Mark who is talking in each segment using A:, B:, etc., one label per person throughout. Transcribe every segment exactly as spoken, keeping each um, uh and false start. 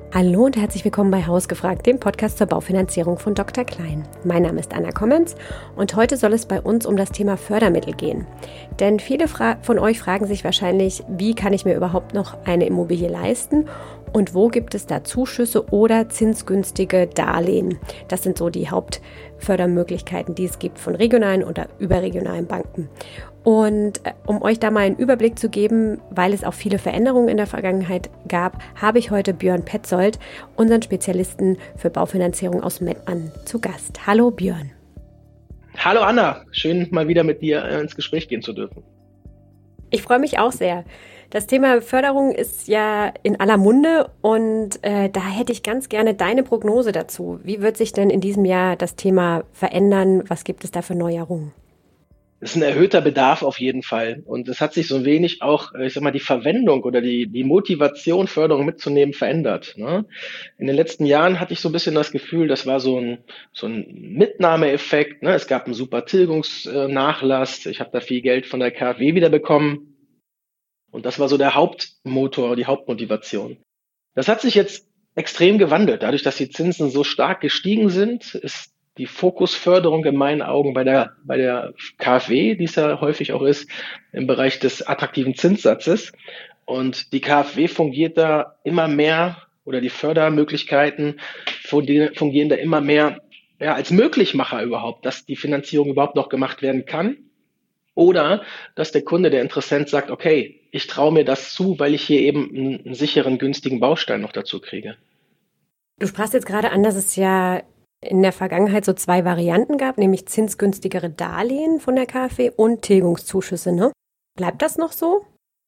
A: Hallo und herzlich willkommen bei Hausgefragt, dem Podcast zur Baufinanzierung von Doktor Klein. Mein Name ist Anna Kommens und heute soll es bei uns um das Thema Fördermittel gehen. Denn viele Fra- von euch fragen sich wahrscheinlich, wie kann ich mir überhaupt noch eine Immobilie leisten und wo gibt es da Zuschüsse oder zinsgünstige Darlehen? Das sind so die Hauptfördermöglichkeiten, die es gibt von regionalen oder überregionalen Banken. Und um euch da mal einen Überblick zu geben, weil es auch viele Veränderungen in der Vergangenheit gab, habe ich heute Björn Petzold, unseren Spezialisten für Baufinanzierung aus Mettmann, zu Gast. Hallo Björn.
B: Hallo Anna, schön mal wieder mit dir ins Gespräch gehen zu dürfen.
A: Ich freue mich auch sehr. Das Thema Förderung ist ja in aller Munde und äh, da hätte ich ganz gerne deine Prognose dazu. Wie wird sich denn in diesem Jahr das Thema verändern? Was gibt es da für Neuerungen?
B: Es ist ein erhöhter Bedarf auf jeden Fall. Und es hat sich so wenig auch, ich sag mal, die Verwendung oder die, die Motivation, Förderung mitzunehmen, verändert. Ne? In den letzten Jahren hatte ich so ein bisschen das Gefühl, das war so ein, so ein Mitnahmeeffekt. Ne? Es gab einen super Tilgungsnachlass. Ich habe da viel Geld von der K f W wieder bekommen. Und das war so der Hauptmotor, die Hauptmotivation. Das hat sich jetzt extrem gewandelt. Dadurch, dass die Zinsen so stark gestiegen sind, ist die Fokusförderung in meinen Augen bei der, bei der K f W, die es ja häufig auch ist, im Bereich des attraktiven Zinssatzes. Und die K f W fungiert da immer mehr, oder die Fördermöglichkeiten fungieren da immer mehr ja, als Möglichmacher überhaupt, dass die Finanzierung überhaupt noch gemacht werden kann. Oder dass der Kunde, der Interessent sagt, okay, ich traue mir das zu, weil ich hier eben einen, einen sicheren, günstigen Baustein noch dazu kriege.
A: Du sprachst jetzt gerade an, dass es ja in der Vergangenheit so zwei Varianten gab, nämlich zinsgünstigere Darlehen von der K f W und Tilgungszuschüsse, ne? Bleibt das noch so?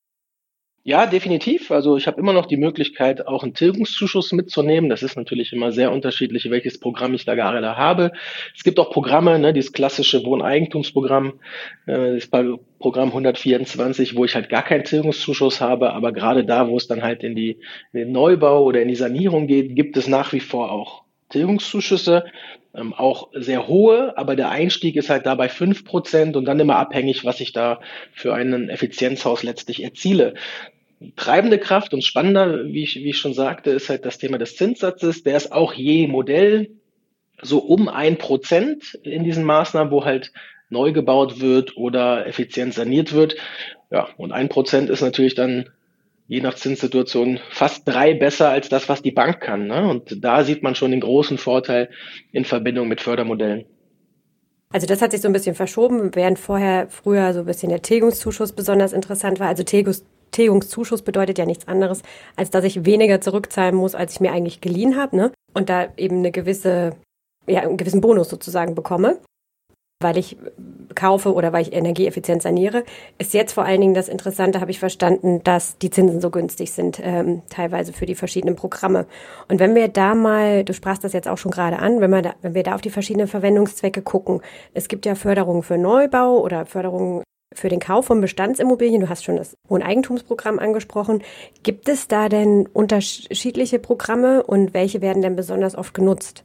B: Ja, definitiv. Also ich habe immer noch die Möglichkeit, auch einen Tilgungszuschuss mitzunehmen. Das ist natürlich immer sehr unterschiedlich, welches Programm ich da gerade habe. Es gibt auch Programme, ne, dieses klassische Wohneigentumsprogramm, äh, das Programm hundertvierundzwanzig, wo ich halt gar keinen Tilgungszuschuss habe. Aber gerade da, wo es dann halt in, die, in den Neubau oder in die Sanierung geht, gibt es nach wie vor auch Tilgungszuschüsse, ähm, auch sehr hohe, aber der Einstieg ist halt dabei fünf Prozent und dann immer abhängig, was ich da für einen Effizienzhaus letztlich erziele. Treibende Kraft und spannender, wie ich, wie ich schon sagte, ist halt das Thema des Zinssatzes. Der ist auch je Modell so um ein Prozent in diesen Maßnahmen, wo halt neu gebaut wird oder effizient saniert wird. Ja, und ein Prozent ist natürlich dann je nach Zinssituation fast drei besser als das, was die Bank kann. Ne? Und da sieht man schon den großen Vorteil in Verbindung mit Fördermodellen.
A: Also das hat sich so ein bisschen verschoben, während vorher früher so ein bisschen der Tilgungszuschuss besonders interessant war. Also Tilgungs Tilgungszuschuss bedeutet ja nichts anderes, als dass ich weniger zurückzahlen muss, als ich mir eigentlich geliehen habe, ne? Und da eben eine gewisse, ja, einen gewissen Bonus sozusagen bekomme, weil ich kaufe oder weil ich energieeffizient saniere. Ist jetzt vor allen Dingen das Interessante, habe ich verstanden, dass die Zinsen so günstig sind, ähm, teilweise für die verschiedenen Programme. Und wenn wir da mal, du sprachst das jetzt auch schon gerade an, wenn wir da, wenn wir da auf die verschiedenen Verwendungszwecke gucken, es gibt ja Förderungen für Neubau oder Förderungen für den Kauf von Bestandsimmobilien. Du hast schon das Wohneigentumsprogramm angesprochen. Gibt es da denn unterschiedliche Programme und welche werden denn besonders oft genutzt?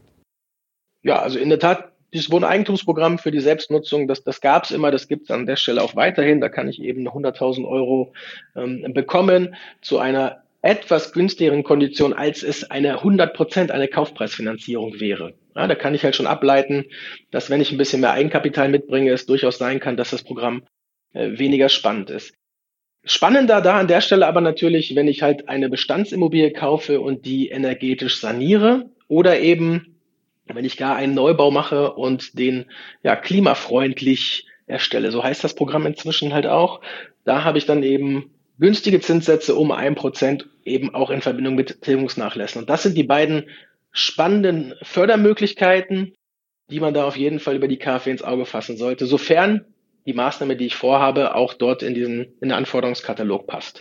B: Ja, also in der Tat, dieses Wohneigentumsprogramm für die Selbstnutzung, das, das gab es immer, das gibt es an der Stelle auch weiterhin. Da kann ich eben hunderttausend Euro ähm, bekommen zu einer etwas günstigeren Kondition, als es eine hundert Prozent eine Kaufpreisfinanzierung wäre. Ja, da kann ich halt schon ableiten, dass wenn ich ein bisschen mehr Eigenkapital mitbringe, es durchaus sein kann, dass das Programm äh, weniger spannend ist. Spannender da an der Stelle aber natürlich, wenn ich halt eine Bestandsimmobilie kaufe und die energetisch saniere oder eben wenn ich gar einen Neubau mache und den ja klimafreundlich erstelle. So heißt das Programm inzwischen halt auch. Da habe ich dann eben günstige Zinssätze um ein Prozent eben auch in Verbindung mit Tilgungsnachlässen. Und das sind die beiden spannenden Fördermöglichkeiten, die man da auf jeden Fall über die K f W ins Auge fassen sollte, sofern die Maßnahme, die ich vorhabe, auch dort in diesen in den Anforderungskatalog passt.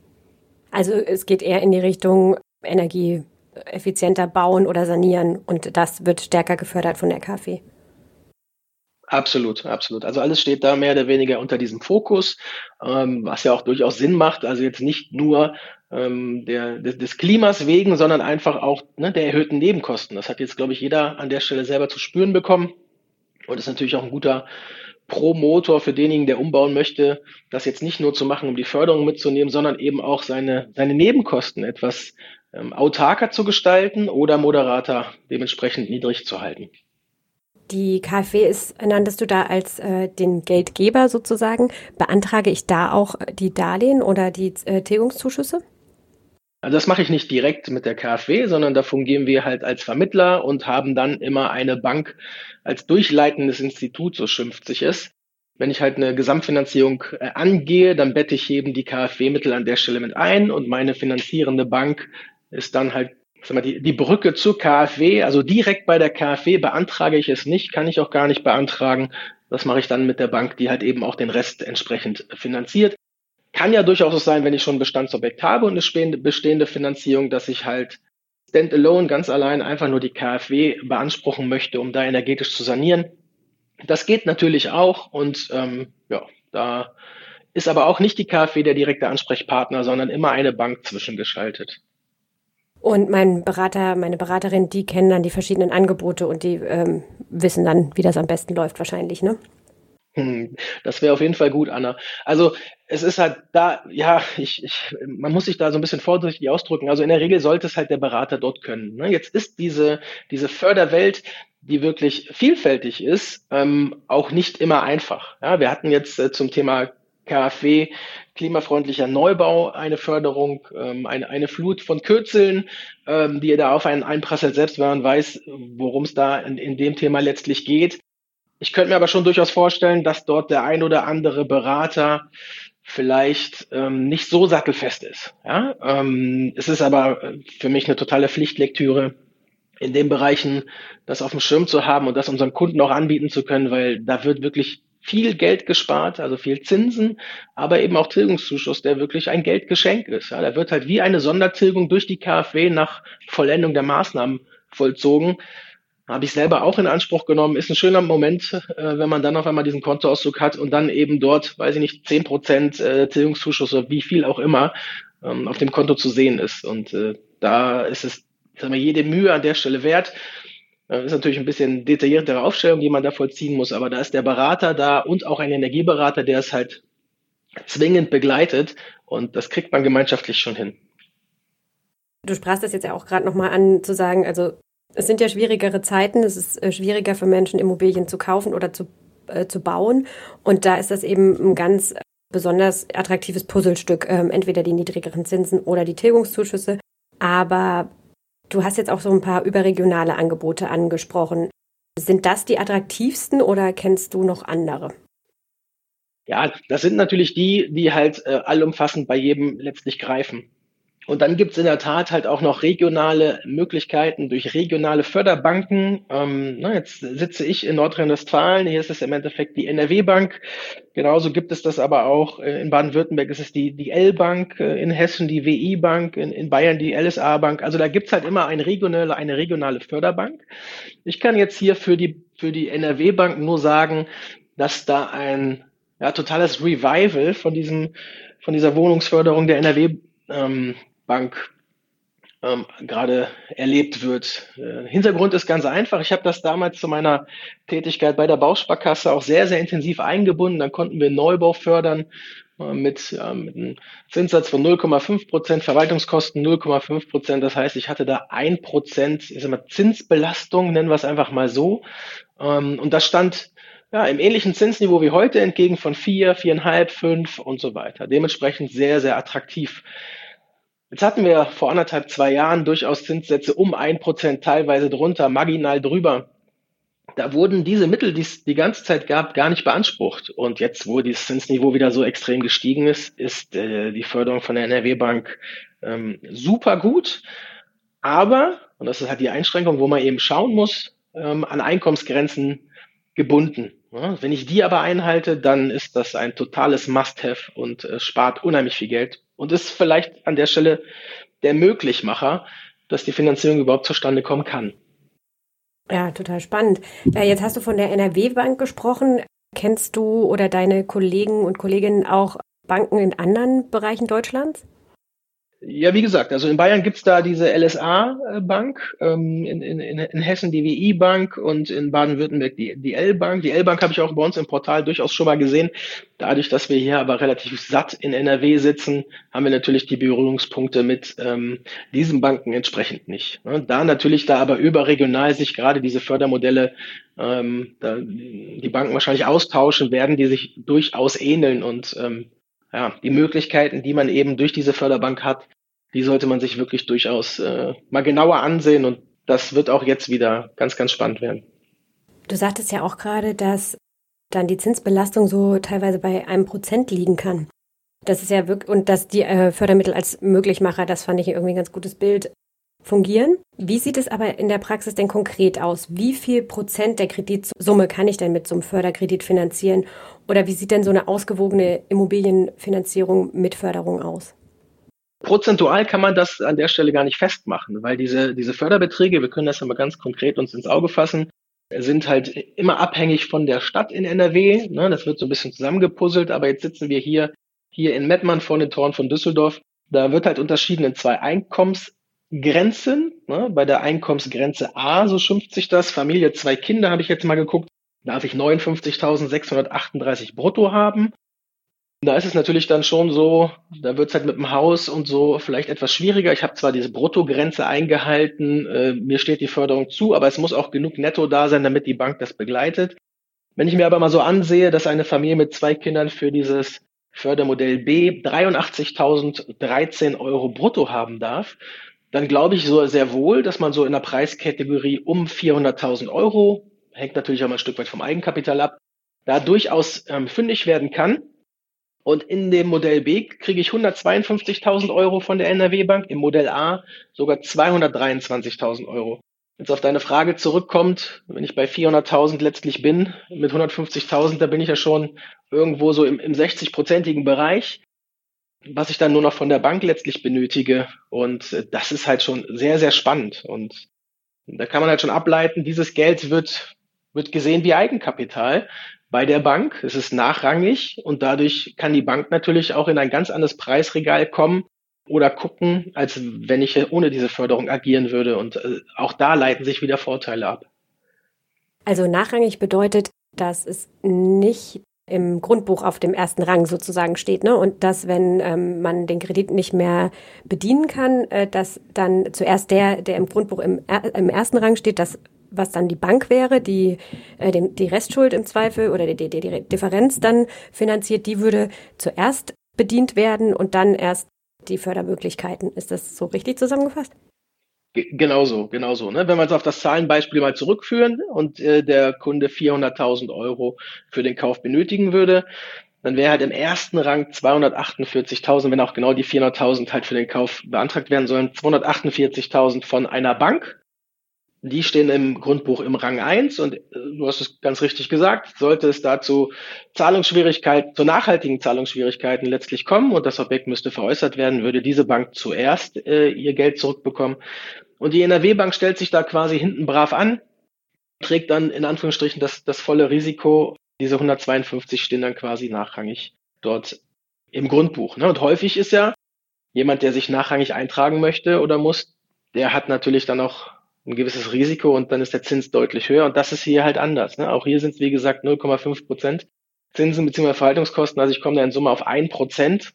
A: Also es geht eher in die Richtung Energie effizienter bauen oder sanieren und das wird stärker gefördert von der K f W.
B: Absolut, absolut. Also alles steht da mehr oder weniger unter diesem Fokus, ähm, was ja auch durchaus Sinn macht. Also jetzt nicht nur ähm, der, des, des Klimas wegen, sondern einfach auch ne, der erhöhten Nebenkosten. Das hat jetzt, glaube ich, jeder an der Stelle selber zu spüren bekommen und ist natürlich auch ein guter Pro-Motor für denjenigen, der umbauen möchte, das jetzt nicht nur zu machen, um die Förderung mitzunehmen, sondern eben auch seine, seine Nebenkosten etwas ähm, autarker zu gestalten oder Moderater dementsprechend niedrig zu halten.
A: Die KfW ist, nanntest du da als äh, den Geldgeber sozusagen. Beantrage ich da auch die Darlehen oder die äh, Tilgungszuschüsse?
B: Also das mache ich nicht direkt mit der KfW, sondern da fungieren wir halt als Vermittler und haben dann immer eine Bank als durchleitendes Institut, so schimpft sich es. Wenn ich halt eine Gesamtfinanzierung äh, angehe, dann bette ich eben die KfW-Mittel an der Stelle mit ein und meine finanzierende Bank ist dann halt, sag mal, die, die Brücke zur KfW. Also direkt bei der KfW beantrage ich es nicht, kann ich auch gar nicht beantragen. Das mache ich dann mit der Bank, die halt eben auch den Rest entsprechend finanziert. Kann ja durchaus so sein, wenn ich schon ein Bestandsobjekt habe und eine bestehende Finanzierung, dass ich halt standalone, ganz allein einfach nur die KfW beanspruchen möchte, um da energetisch zu sanieren. Das geht natürlich auch und ähm, ja, da ist aber auch nicht die KfW der direkte Ansprechpartner, sondern immer eine Bank zwischengeschaltet.
A: Und mein Berater, meine Beraterin, die kennen dann die verschiedenen Angebote und die ähm, wissen dann, wie das am besten läuft wahrscheinlich, ne?
B: Das wäre auf jeden Fall gut, Anna. Also es ist halt da, ja, ich, ich, man muss sich da so ein bisschen vorsichtig ausdrücken. Also in der Regel sollte es halt der Berater dort können. Ne? Jetzt ist diese, diese Förderwelt, die wirklich vielfältig ist, ähm, auch nicht immer einfach. Ja, wir hatten jetzt äh, zum Thema KfW, klimafreundlicher Neubau, eine Förderung, ähm, eine, eine Flut von Kürzeln, ähm, die da auf einen einprasselt, selbst wenn man weiß, worum es da in, in dem Thema letztlich geht. Ich könnte mir aber schon durchaus vorstellen, dass dort der ein oder andere Berater vielleicht ähm, nicht so sattelfest ist. Ja? Ähm, es ist aber für mich eine totale Pflichtlektüre, in den Bereichen das auf dem Schirm zu haben und das unseren Kunden auch anbieten zu können, weil da wird wirklich viel Geld gespart, also viel Zinsen, aber eben auch Tilgungszuschuss, der wirklich ein Geldgeschenk ist. Ja? Da wird halt wie eine Sondertilgung durch die KfW nach Vollendung der Maßnahmen vollzogen. Habe ich selber auch in Anspruch genommen. Ist ein schöner Moment, äh, wenn man dann auf einmal diesen Kontoauszug hat und dann eben dort, weiß ich nicht, zehn Prozent äh, Tilgungszuschuss oder wie viel auch immer ähm, auf dem Konto zu sehen ist. Und äh, da ist es, sagen wir, jede Mühe an der Stelle wert. Äh, ist natürlich ein bisschen detailliertere Aufstellung, die man da vollziehen muss, aber da ist der Berater da und auch ein Energieberater, der es halt zwingend begleitet und das kriegt man gemeinschaftlich schon hin.
A: Du sprachst das jetzt ja auch gerade nochmal an, zu sagen, also es sind ja schwierigere Zeiten, es ist äh, schwieriger für Menschen, Immobilien zu kaufen oder zu, äh, zu bauen. Und da ist das eben ein ganz besonders attraktives Puzzlestück, ähm, entweder die niedrigeren Zinsen oder die Tilgungszuschüsse. Aber du hast jetzt auch so ein paar überregionale Angebote angesprochen. Sind das die attraktivsten oder kennst du noch andere?
B: Ja, das sind natürlich die, die halt äh, allumfassend bei jedem letztlich greifen. Und dann gibt's in der Tat halt auch noch regionale Möglichkeiten durch regionale Förderbanken. Ähm, na, jetzt sitze ich in Nordrhein-Westfalen, hier ist es im Endeffekt die N R W-Bank. Genauso gibt es das aber auch äh, in Baden-Württemberg ist es die, die L-Bank, äh, in Hessen die W I-Bank, in, in Bayern die L S A-Bank. Also da gibt's halt immer eine regionale, eine regionale Förderbank. Ich kann jetzt hier für die, für die N R W-Bank nur sagen, dass da ein ja, totales Revival von diesem, von dieser Wohnungsförderung der N R W ähm, Bank ähm, gerade erlebt wird. Äh, Hintergrund ist ganz einfach. Ich habe das damals zu meiner Tätigkeit bei der Bausparkasse auch sehr, sehr intensiv eingebunden. Dann konnten wir Neubau fördern äh, mit, äh, mit einem Zinssatz von null Komma fünf Prozent, Verwaltungskosten null Komma fünf Prozent. Das heißt, ich hatte da ein Prozent, ich sag mal, Zinsbelastung, nennen wir es einfach mal so. Ähm, und das stand ja im ähnlichen Zinsniveau wie heute entgegen von vier, viereinhalb, fünf und so weiter. Dementsprechend sehr, sehr attraktiv. Jetzt hatten wir vor anderthalb, zwei Jahren durchaus Zinssätze um ein Prozent, teilweise drunter, marginal drüber. Da wurden diese Mittel, die es die ganze Zeit gab, gar nicht beansprucht. Und jetzt, wo dieses Zinsniveau wieder so extrem gestiegen ist, ist äh, die Förderung von der N R W-Bank ähm, super gut. Aber, und das ist halt die Einschränkung, wo man eben schauen muss, ähm, an Einkommensgrenzen gebunden. Ja, wenn ich die aber einhalte, dann ist das ein totales Must-have und äh, spart unheimlich viel Geld und ist vielleicht an der Stelle der Möglichmacher, dass die Finanzierung überhaupt zustande kommen kann.
A: Ja, total spannend. Ja, jetzt hast du von der N R W-Bank gesprochen. Kennst du oder deine Kollegen und Kolleginnen auch Banken in anderen Bereichen Deutschlands?
B: Ja, wie gesagt, also in Bayern gibt's da diese L S A-Bank, ähm, in, in, in Hessen die W I-Bank und in Baden-Württemberg die, die L-Bank. Die L-Bank habe ich auch bei uns im Portal durchaus schon mal gesehen. Dadurch, dass wir hier aber relativ satt in N R W sitzen, haben wir natürlich die Berührungspunkte mit ähm, diesen Banken entsprechend nicht. Ne? Da natürlich da aber überregional sich gerade diese Fördermodelle ähm, da die Banken wahrscheinlich austauschen werden, die sich durchaus ähneln und ähm, ja, die Möglichkeiten, die man eben durch diese Förderbank hat, die sollte man sich wirklich durchaus äh, mal genauer ansehen und das wird auch jetzt wieder ganz, ganz spannend werden.
A: Du sagtest ja auch gerade, dass dann die Zinsbelastung so teilweise bei einem Prozent liegen kann. Das ist ja wirklich, und dass die äh, Fördermittel als Möglichmacher, das fand ich irgendwie ein ganz gutes Bild, fungieren. Wie sieht es aber in der Praxis denn konkret aus? Wie viel Prozent der Kreditsumme kann ich denn mit so einem Förderkredit finanzieren? Oder wie sieht denn so eine ausgewogene Immobilienfinanzierung mit Förderung aus?
B: Prozentual kann man das an der Stelle gar nicht festmachen, weil diese, diese Förderbeträge, wir können das ja mal ganz konkret uns ins Auge fassen, sind halt immer abhängig von der Stadt in N R W. Ne, das wird so ein bisschen zusammengepuzzelt, aber jetzt sitzen wir hier, hier in Mettmann vor den Toren von Düsseldorf. Da wird halt unterschieden in zwei Einkommensgrenzen. Ne, bei der Einkommensgrenze A, so schimpft sich das, Familie, zwei Kinder, habe ich jetzt mal geguckt, darf ich neunundfünfzigtausendsechshundertachtunddreißig brutto haben. Da ist es natürlich dann schon so, da wird es halt mit dem Haus und so vielleicht etwas schwieriger. Ich habe zwar diese Bruttogrenze eingehalten, äh, mir steht die Förderung zu, aber es muss auch genug Netto da sein, damit die Bank das begleitet. Wenn ich mir aber mal so ansehe, dass eine Familie mit zwei Kindern für dieses Fördermodell B dreiundachtzigtausenddreizehn Euro brutto haben darf, dann glaube ich so sehr wohl, dass man so in der Preiskategorie um vierhunderttausend Euro, hängt natürlich auch mal ein Stück weit vom Eigenkapital ab, da durchaus ähm, fündig werden kann. Und in dem Modell B kriege ich hundertzweiundfünfzigtausend Euro von der N R W-Bank, im Modell A sogar zweihundertdreiundzwanzigtausend Euro. Wenn es auf deine Frage zurückkommt, wenn ich bei vierhunderttausend letztlich bin, mit hundertfünfzigtausend, da bin ich ja schon irgendwo so im, im sechzig-prozentigen Bereich, was ich dann nur noch von der Bank letztlich benötige. Und das ist halt schon sehr, sehr spannend. Und da kann man halt schon ableiten, dieses Geld wird, wird gesehen wie Eigenkapital bei der Bank. Es ist nachrangig und dadurch kann die Bank natürlich auch in ein ganz anderes Preisregal kommen oder gucken, als wenn ich ohne diese Förderung agieren würde. Und äh, auch da leiten sich wieder Vorteile ab.
A: Also nachrangig bedeutet, dass es nicht im Grundbuch auf dem ersten Rang sozusagen steht, ne? Und dass, wenn ähm, man den Kredit nicht mehr bedienen kann, äh, dass dann zuerst der, der im Grundbuch im, im ersten Rang steht, dass was dann die Bank wäre, die äh, den, die Restschuld im Zweifel oder die, die, die Differenz dann finanziert, die würde zuerst bedient werden und dann erst die Fördermöglichkeiten. Ist das so richtig zusammengefasst?
B: Genauso, genauso. Ne? Wenn wir uns auf das Zahlenbeispiel mal zurückführen und äh, der Kunde vierhunderttausend Euro für den Kauf benötigen würde, dann wäre halt im ersten Rang zweihundertachtundvierzigtausend, wenn auch genau die vierhunderttausend halt für den Kauf beantragt werden sollen, zweihundertachtundvierzigtausend von einer Bank. Die stehen im Grundbuch im Rang eins und äh, du hast es ganz richtig gesagt, sollte es dazu Zahlungsschwierigkeiten, zu nachhaltigen Zahlungsschwierigkeiten letztlich kommen und das Objekt müsste veräußert werden, würde diese Bank zuerst äh, ihr Geld zurückbekommen. Und die N R W-Bank stellt sich da quasi hinten brav an, trägt dann in Anführungsstrichen das, das volle Risiko. Diese hundertzweiundfünfzig stehen dann quasi nachrangig dort im Grundbuch. Ne? Und häufig ist ja jemand, der sich nachrangig eintragen möchte oder muss, der hat natürlich dann auch ein gewisses Risiko und dann ist der Zins deutlich höher. Und das ist hier halt anders. Ne? Auch hier sind es, wie gesagt, null Komma fünf Prozent Zinsen bzw. Verwaltungskosten. Also ich komme da in Summe auf ein Prozent.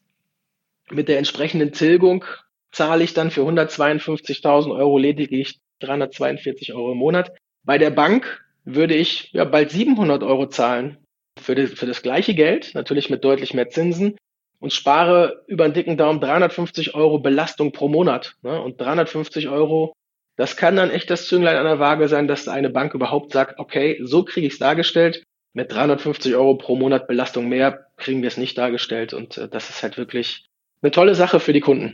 B: Mit der entsprechenden Tilgung zahle ich dann für hundertzweiundfünfzigtausend Euro lediglich dreihundertzweiundvierzig Euro im Monat. Bei der Bank würde ich ja bald siebenhundert Euro zahlen für das, für das gleiche Geld, natürlich mit deutlich mehr Zinsen und spare über einen dicken Daumen dreihundertfünfzig Euro Belastung pro Monat. Ne? Und dreihundertfünfzig Euro, das kann dann echt das Zünglein an der Waage sein, dass eine Bank überhaupt sagt, okay, so kriege ich es dargestellt. Mit dreihundertfünfzig Euro pro Monat Belastung mehr kriegen wir es nicht dargestellt. Und äh, das ist halt wirklich eine tolle Sache für die Kunden.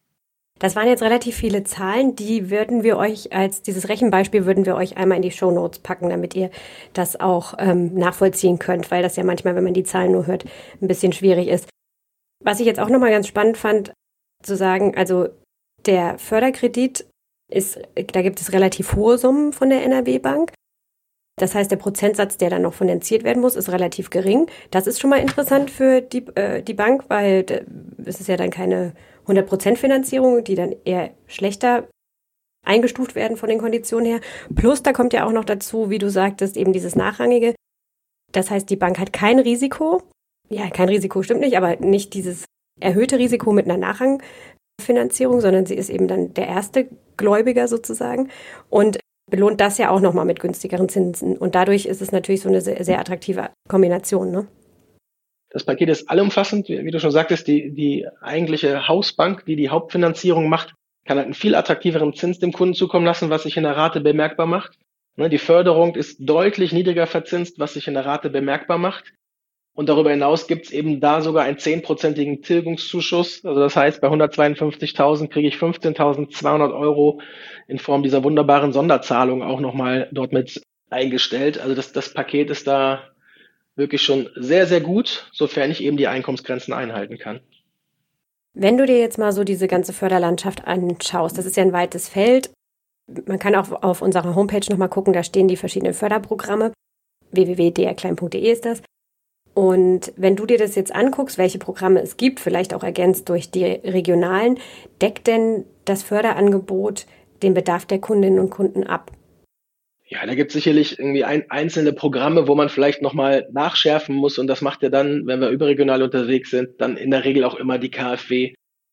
A: Das waren jetzt relativ viele Zahlen, die würden wir euch als dieses Rechenbeispiel würden wir euch einmal in die Shownotes packen, damit ihr das auch ähm, nachvollziehen könnt, weil das ja manchmal, wenn man die Zahlen nur hört, ein bisschen schwierig ist. Was ich jetzt auch nochmal ganz spannend fand, zu sagen, also der Förderkredit ist, da gibt es relativ hohe Summen von der N R W-Bank. Das heißt, der Prozentsatz, der dann noch finanziert werden muss, ist relativ gering. Das ist schon mal interessant für die, äh, die Bank, weil es ist ja dann keine hundert Prozent Finanzierung, die dann eher schlechter eingestuft werden von den Konditionen her. Plus, da kommt ja auch noch dazu, wie du sagtest, eben dieses Nachrangige. Das heißt, die Bank hat kein Risiko. Ja, kein Risiko stimmt nicht, aber nicht dieses erhöhte Risiko mit einer Nachrangfinanzierung, sondern sie ist eben dann der erste Gläubiger sozusagen und belohnt das ja auch nochmal mit günstigeren Zinsen. Und dadurch ist es natürlich so eine sehr, sehr attraktive Kombination, ne?
B: Das Paket ist allumfassend, wie du schon sagtest, die, die eigentliche Hausbank, die die Hauptfinanzierung macht, kann halt einen viel attraktiveren Zins dem Kunden zukommen lassen, was sich in der Rate bemerkbar macht. Die Förderung ist deutlich niedriger verzinst, was sich in der Rate bemerkbar macht. Und darüber hinaus gibt es eben da sogar einen zehnprozentigen Tilgungszuschuss. Also das heißt, bei hundertzweiundfünfzigtausend kriege ich fünfzehntausendzweihundert Euro in Form dieser wunderbaren Sonderzahlung auch nochmal dort mit eingestellt. Also das, das Paket ist da wirklich schon sehr, sehr gut, sofern ich eben die Einkommensgrenzen einhalten kann.
A: Wenn du dir jetzt mal so diese ganze Förderlandschaft anschaust, das ist ja ein weites Feld. Man kann auch auf unserer Homepage nochmal gucken, da stehen die verschiedenen Förderprogramme. w w w punkt d r klein punkt d e ist das. Und wenn du dir das jetzt anguckst, welche Programme es gibt, vielleicht auch ergänzt durch die regionalen, deckt denn das Förderangebot den Bedarf der Kundinnen und Kunden ab?
B: Ja, da gibt es sicherlich irgendwie ein, einzelne Programme, wo man vielleicht nochmal nachschärfen muss. Und das macht ja dann, wenn wir überregional unterwegs sind, dann in der Regel auch immer die KfW.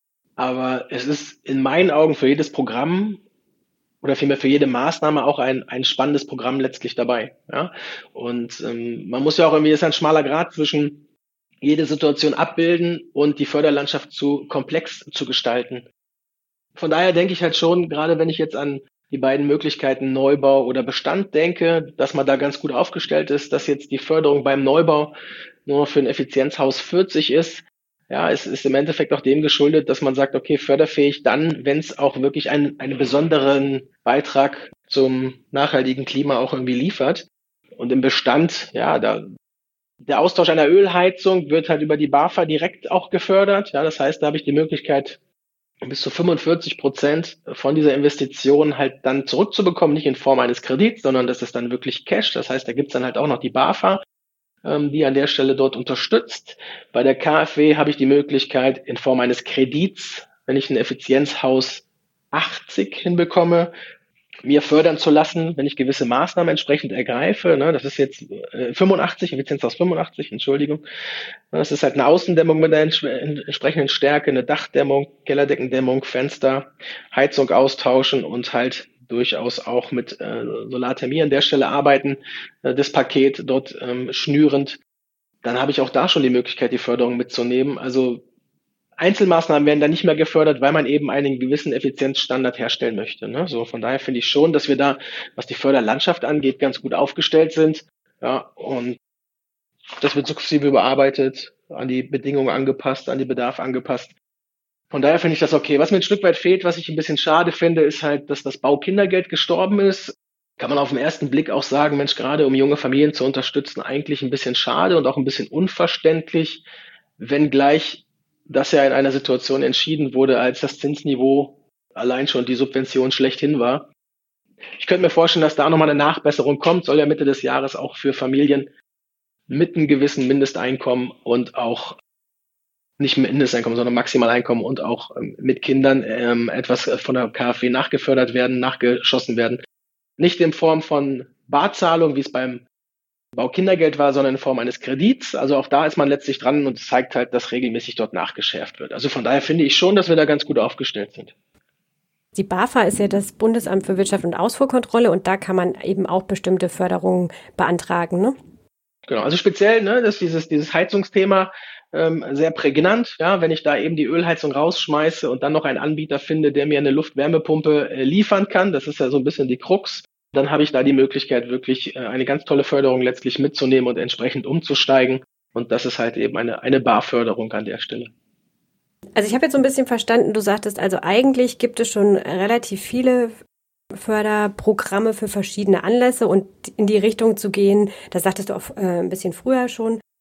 B: Aber es ist in meinen Augen für jedes Programm oder vielmehr für jede Maßnahme auch ein, ein spannendes Programm letztlich dabei. Ja? Und ähm, man muss ja auch irgendwie, ist ein schmaler Grat zwischen jede Situation abbilden und die Förderlandschaft zu komplex zu gestalten. Von daher denke ich halt schon, gerade wenn ich jetzt an die beiden Möglichkeiten Neubau oder Bestand denke, dass man da ganz gut aufgestellt ist, dass jetzt die Förderung beim Neubau nur für ein Effizienzhaus vierzig ist. Ja, es ist im Endeffekt auch dem geschuldet, dass man sagt, okay, förderfähig dann, wenn es auch wirklich einen, einen besonderen Beitrag zum nachhaltigen Klima auch irgendwie liefert. Und im Bestand, ja, da der Austausch einer Ölheizung wird halt über die BAFA direkt auch gefördert. Ja, das heißt, da habe ich die Möglichkeit, bis zu fünfundvierzig Prozent von dieser Investition halt dann zurückzubekommen, nicht in Form eines Kredits, sondern das ist dann wirklich Cash. Das heißt, da gibt's dann halt auch noch die BAFA, ähm, die an der Stelle dort unterstützt. Bei der KfW habe ich die Möglichkeit, in Form eines Kredits, wenn ich ein Effizienzhaus achtzig hinbekomme, mir fördern zu lassen, wenn ich gewisse Maßnahmen entsprechend ergreife. Ne, das ist jetzt äh, fünfundachtzig, Effizienzhaus fünfundachtzig, Entschuldigung. Das ist halt eine Außendämmung mit der ents- entsprechenden Stärke, eine Dachdämmung, Kellerdeckendämmung, Fenster, Heizung austauschen und halt durchaus auch mit äh, Solarthermie an der Stelle arbeiten, äh, das Paket dort ähm, schnürend. Dann habe ich auch da schon die Möglichkeit, die Förderung mitzunehmen. Also Einzelmaßnahmen werden da nicht mehr gefördert, weil man eben einen gewissen Effizienzstandard herstellen möchte. Ne? So, von daher finde ich schon, dass wir da, was die Förderlandschaft angeht, ganz gut aufgestellt sind. Ja, und das wird sukzessive überarbeitet, an die Bedingungen angepasst, an den Bedarf angepasst. Von daher finde ich das okay. Was mir ein Stück weit fehlt, was ich ein bisschen schade finde, ist halt, dass das Baukindergeld gestorben ist. Kann man auf den ersten Blick auch sagen, Mensch, gerade um junge Familien zu unterstützen, eigentlich ein bisschen schade und auch ein bisschen unverständlich, wenngleich das ja in einer Situation entschieden wurde, als das Zinsniveau allein schon die Subvention schlechthin war. Ich könnte mir vorstellen, dass da nochmal eine Nachbesserung kommt, soll ja Mitte des Jahres auch für Familien mit einem gewissen Mindesteinkommen und auch nicht Mindesteinkommen, sondern Maximaleinkommen und auch ähm, mit Kindern ähm, etwas von der KfW nachgefördert werden, nachgeschossen werden. Nicht in Form von Barzahlung, wie es beim Baukindergeld war, sondern in Form eines Kredits. Also auch da ist man letztlich dran und es zeigt halt, dass regelmäßig dort nachgeschärft wird. Also von daher finde ich schon, dass wir da ganz gut aufgestellt sind.
A: Die BAFA ist ja das Bundesamt für Wirtschaft und Ausfuhrkontrolle und da kann man eben auch bestimmte Förderungen beantragen, ne?
B: Genau, also speziell, ne, das ist dieses, dieses Heizungsthema ähm, sehr prägnant. Ja, wenn ich da eben die Ölheizung rausschmeiße und dann noch einen Anbieter finde, der mir eine Luftwärmepumpe äh, liefern kann, das ist ja so ein bisschen die Krux, dann habe ich da die Möglichkeit, wirklich eine ganz tolle Förderung letztlich mitzunehmen und entsprechend umzusteigen. Und das ist halt eben eine, eine Barförderung an der Stelle.
A: Also ich habe jetzt so ein bisschen verstanden, du sagtest, also eigentlich gibt es schon relativ viele Förderprogramme für verschiedene Anlässe und in die Richtung zu gehen, das sagtest du auch äh, ein bisschen früher schon,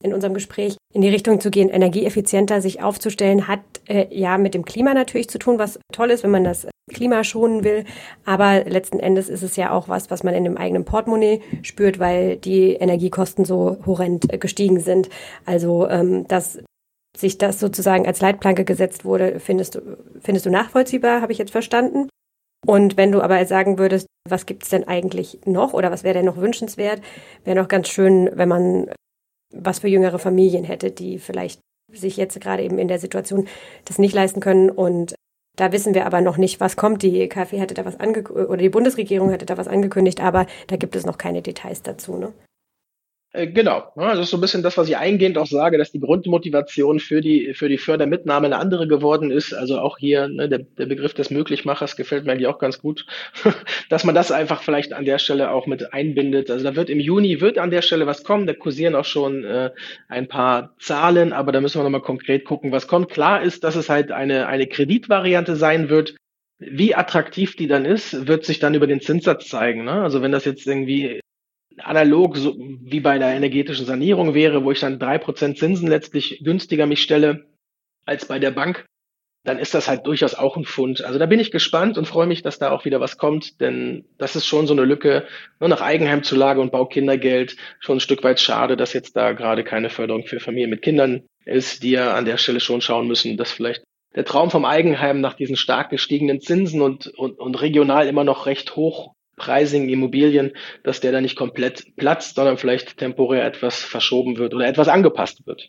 A: in unserem Gespräch, in die Richtung zu gehen, energieeffizienter sich aufzustellen, hat äh, ja mit dem Klima natürlich zu tun, was toll ist, wenn man das Klima schonen will. Aber letzten Endes ist es ja auch was, was man in dem eigenen Portemonnaie spürt, weil die Energiekosten so horrend äh, gestiegen sind. Also, ähm, dass sich das sozusagen als Leitplanke gesetzt wurde, findest du, findest du nachvollziehbar, habe ich jetzt verstanden. Und wenn du aber sagen würdest, was gibt es denn eigentlich noch oder was wäre denn noch wünschenswert, wäre noch ganz schön, wenn man was für jüngere Familien hätte, die vielleicht sich jetzt gerade eben in der Situation das nicht leisten können. Und da wissen wir aber noch nicht, was kommt. Die KfW hätte da was angekündigt oder die Bundesregierung hätte da was angekündigt, aber da gibt es noch keine Details dazu, ne?
B: Genau, das ist so ein bisschen das, was ich eingehend auch sage, dass die Grundmotivation für die für die Fördermitnahme eine andere geworden ist. Also auch hier ne, der, der Begriff des Möglichmachers gefällt mir eigentlich auch ganz gut, dass man das einfach vielleicht an der Stelle auch mit einbindet. Also da wird im Juni wird an der Stelle was kommen. Da kursieren auch schon äh, ein paar Zahlen, aber da müssen wir nochmal konkret gucken, was kommt. Klar ist, dass es halt eine eine Kreditvariante sein wird. Wie attraktiv die dann ist, wird sich dann über den Zinssatz zeigen. Ne? Also wenn das jetzt irgendwie analog so wie bei der energetischen Sanierung wäre, wo ich dann drei Prozent Zinsen letztlich günstiger mich stelle als bei der Bank, dann ist das halt durchaus auch ein Fund. Also da bin ich gespannt und freue mich, dass da auch wieder was kommt, denn das ist schon so eine Lücke, nur nach Eigenheimzulage und Baukindergeld, schon ein Stück weit schade, dass jetzt da gerade keine Förderung für Familien mit Kindern ist, die ja an der Stelle schon schauen müssen, dass vielleicht der Traum vom Eigenheim nach diesen stark gestiegenen Zinsen und, und, und regional immer noch recht hoch preisigen Immobilien, dass der da nicht komplett platzt, sondern vielleicht temporär etwas verschoben wird oder etwas angepasst wird.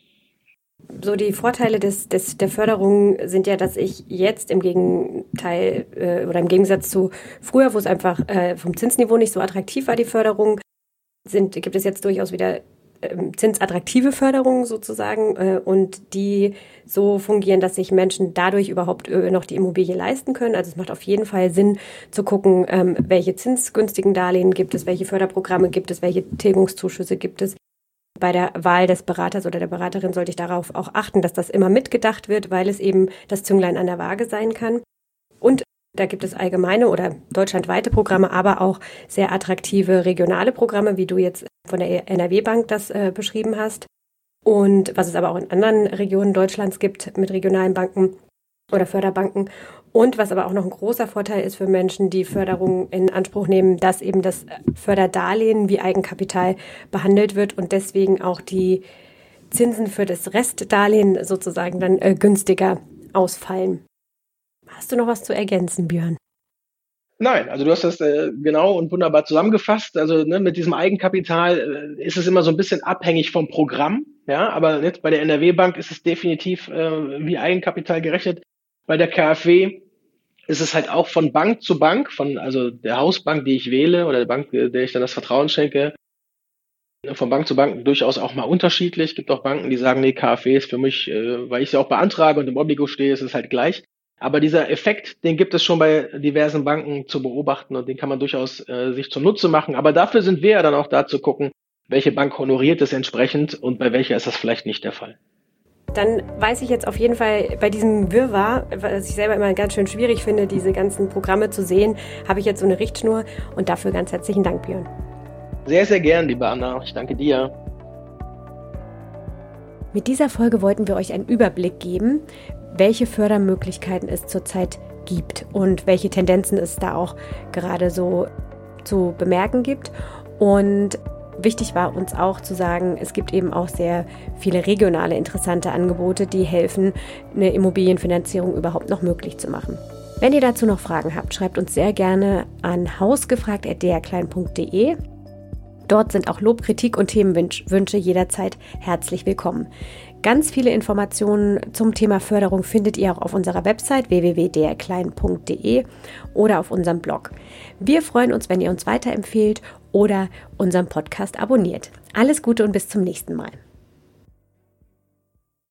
A: So die Vorteile des, des, der Förderung sind ja, dass ich jetzt im Gegenteil äh, oder im Gegensatz zu früher, wo es einfach äh, vom Zinsniveau nicht so attraktiv war, die Förderung, sind, gibt es jetzt durchaus wieder zinsattraktive Förderungen sozusagen äh, und die so fungieren, dass sich Menschen dadurch überhaupt äh, noch die Immobilie leisten können. Also es macht auf jeden Fall Sinn zu gucken, ähm, welche zinsgünstigen Darlehen gibt es, welche Förderprogramme gibt es, welche Tilgungszuschüsse gibt es. Bei der Wahl des Beraters oder der Beraterin sollte ich darauf auch achten, dass das immer mitgedacht wird, weil es eben das Zünglein an der Waage sein kann. Und da gibt es allgemeine oder deutschlandweite Programme, aber auch sehr attraktive regionale Programme, wie du jetzt von der N R W-Bank das äh, beschrieben hast. Und was es aber auch in anderen Regionen Deutschlands gibt mit regionalen Banken oder Förderbanken. Und was aber auch noch ein großer Vorteil ist für Menschen, die Förderung in Anspruch nehmen, dass eben das Förderdarlehen wie Eigenkapital behandelt wird und deswegen auch die Zinsen für das Restdarlehen sozusagen dann äh, günstiger ausfallen. Hast du noch was zu ergänzen, Björn?
B: Nein, also du hast das äh, genau und wunderbar zusammengefasst. Also ne, mit diesem Eigenkapital äh, ist es immer so ein bisschen abhängig vom Programm. Ja, aber jetzt bei der N R W-Bank ist es definitiv äh, wie Eigenkapital gerechnet. Bei der KfW ist es halt auch von Bank zu Bank, von also der Hausbank, die ich wähle oder der Bank, der ich dann das Vertrauen schenke, von Bank zu Bank durchaus auch mal unterschiedlich. Es gibt auch Banken, die sagen, nee, KfW ist für mich, äh, weil ich sie auch beantrage und im Obligo stehe, ist es halt gleich. Aber dieser Effekt, den gibt es schon bei diversen Banken zu beobachten und den kann man durchaus äh, sich zunutze machen. Aber dafür sind wir ja dann auch da zu gucken, welche Bank honoriert es entsprechend und bei welcher ist das vielleicht nicht der Fall.
A: Dann weiß ich jetzt auf jeden Fall bei diesem Wirrwarr, was ich selber immer ganz schön schwierig finde, diese ganzen Programme zu sehen, habe ich jetzt so eine Richtschnur und dafür ganz herzlichen Dank, Björn.
B: Sehr, sehr gern, liebe Anna. Ich danke dir.
A: Mit dieser Folge wollten wir euch einen Überblick geben, welche Fördermöglichkeiten es zurzeit gibt und welche Tendenzen es da auch gerade so zu bemerken gibt. Und wichtig war uns auch zu sagen, es gibt eben auch sehr viele regionale interessante Angebote, die helfen, eine Immobilienfinanzierung überhaupt noch möglich zu machen. Wenn ihr dazu noch Fragen habt, schreibt uns sehr gerne an hausgefragt at d r klein punkt d e. Dort sind auch Lob, Kritik und Themenwünsche jederzeit herzlich willkommen. Ganz viele Informationen zum Thema Förderung findet ihr auch auf unserer Website w w w punkt d r klein punkt d e oder auf unserem Blog. Wir freuen uns, wenn ihr uns weiterempfehlt oder unseren Podcast abonniert. Alles Gute und bis zum nächsten Mal.